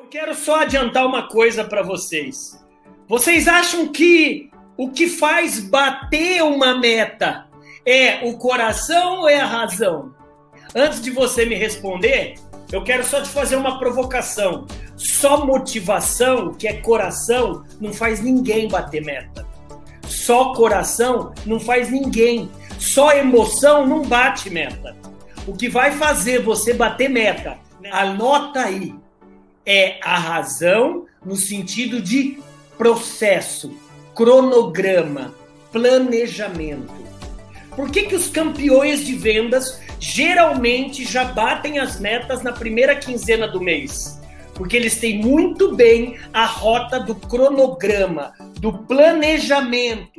quero só adiantar uma coisa para vocês. Vocês acham que o que faz bater uma meta é o coração ou é a razão? Antes de você me responder, eu quero só te fazer uma provocação. Só motivação, que é coração, não faz ninguém bater meta. Só coração não faz ninguém. Só emoção não bate meta. O que vai fazer você bater meta, anota aí, é a razão no sentido de processo, cronograma, planejamento. Por que os campeões de vendas geralmente já batem as metas na primeira quinzena do mês? Porque eles têm muito bem a rota do cronograma, do planejamento.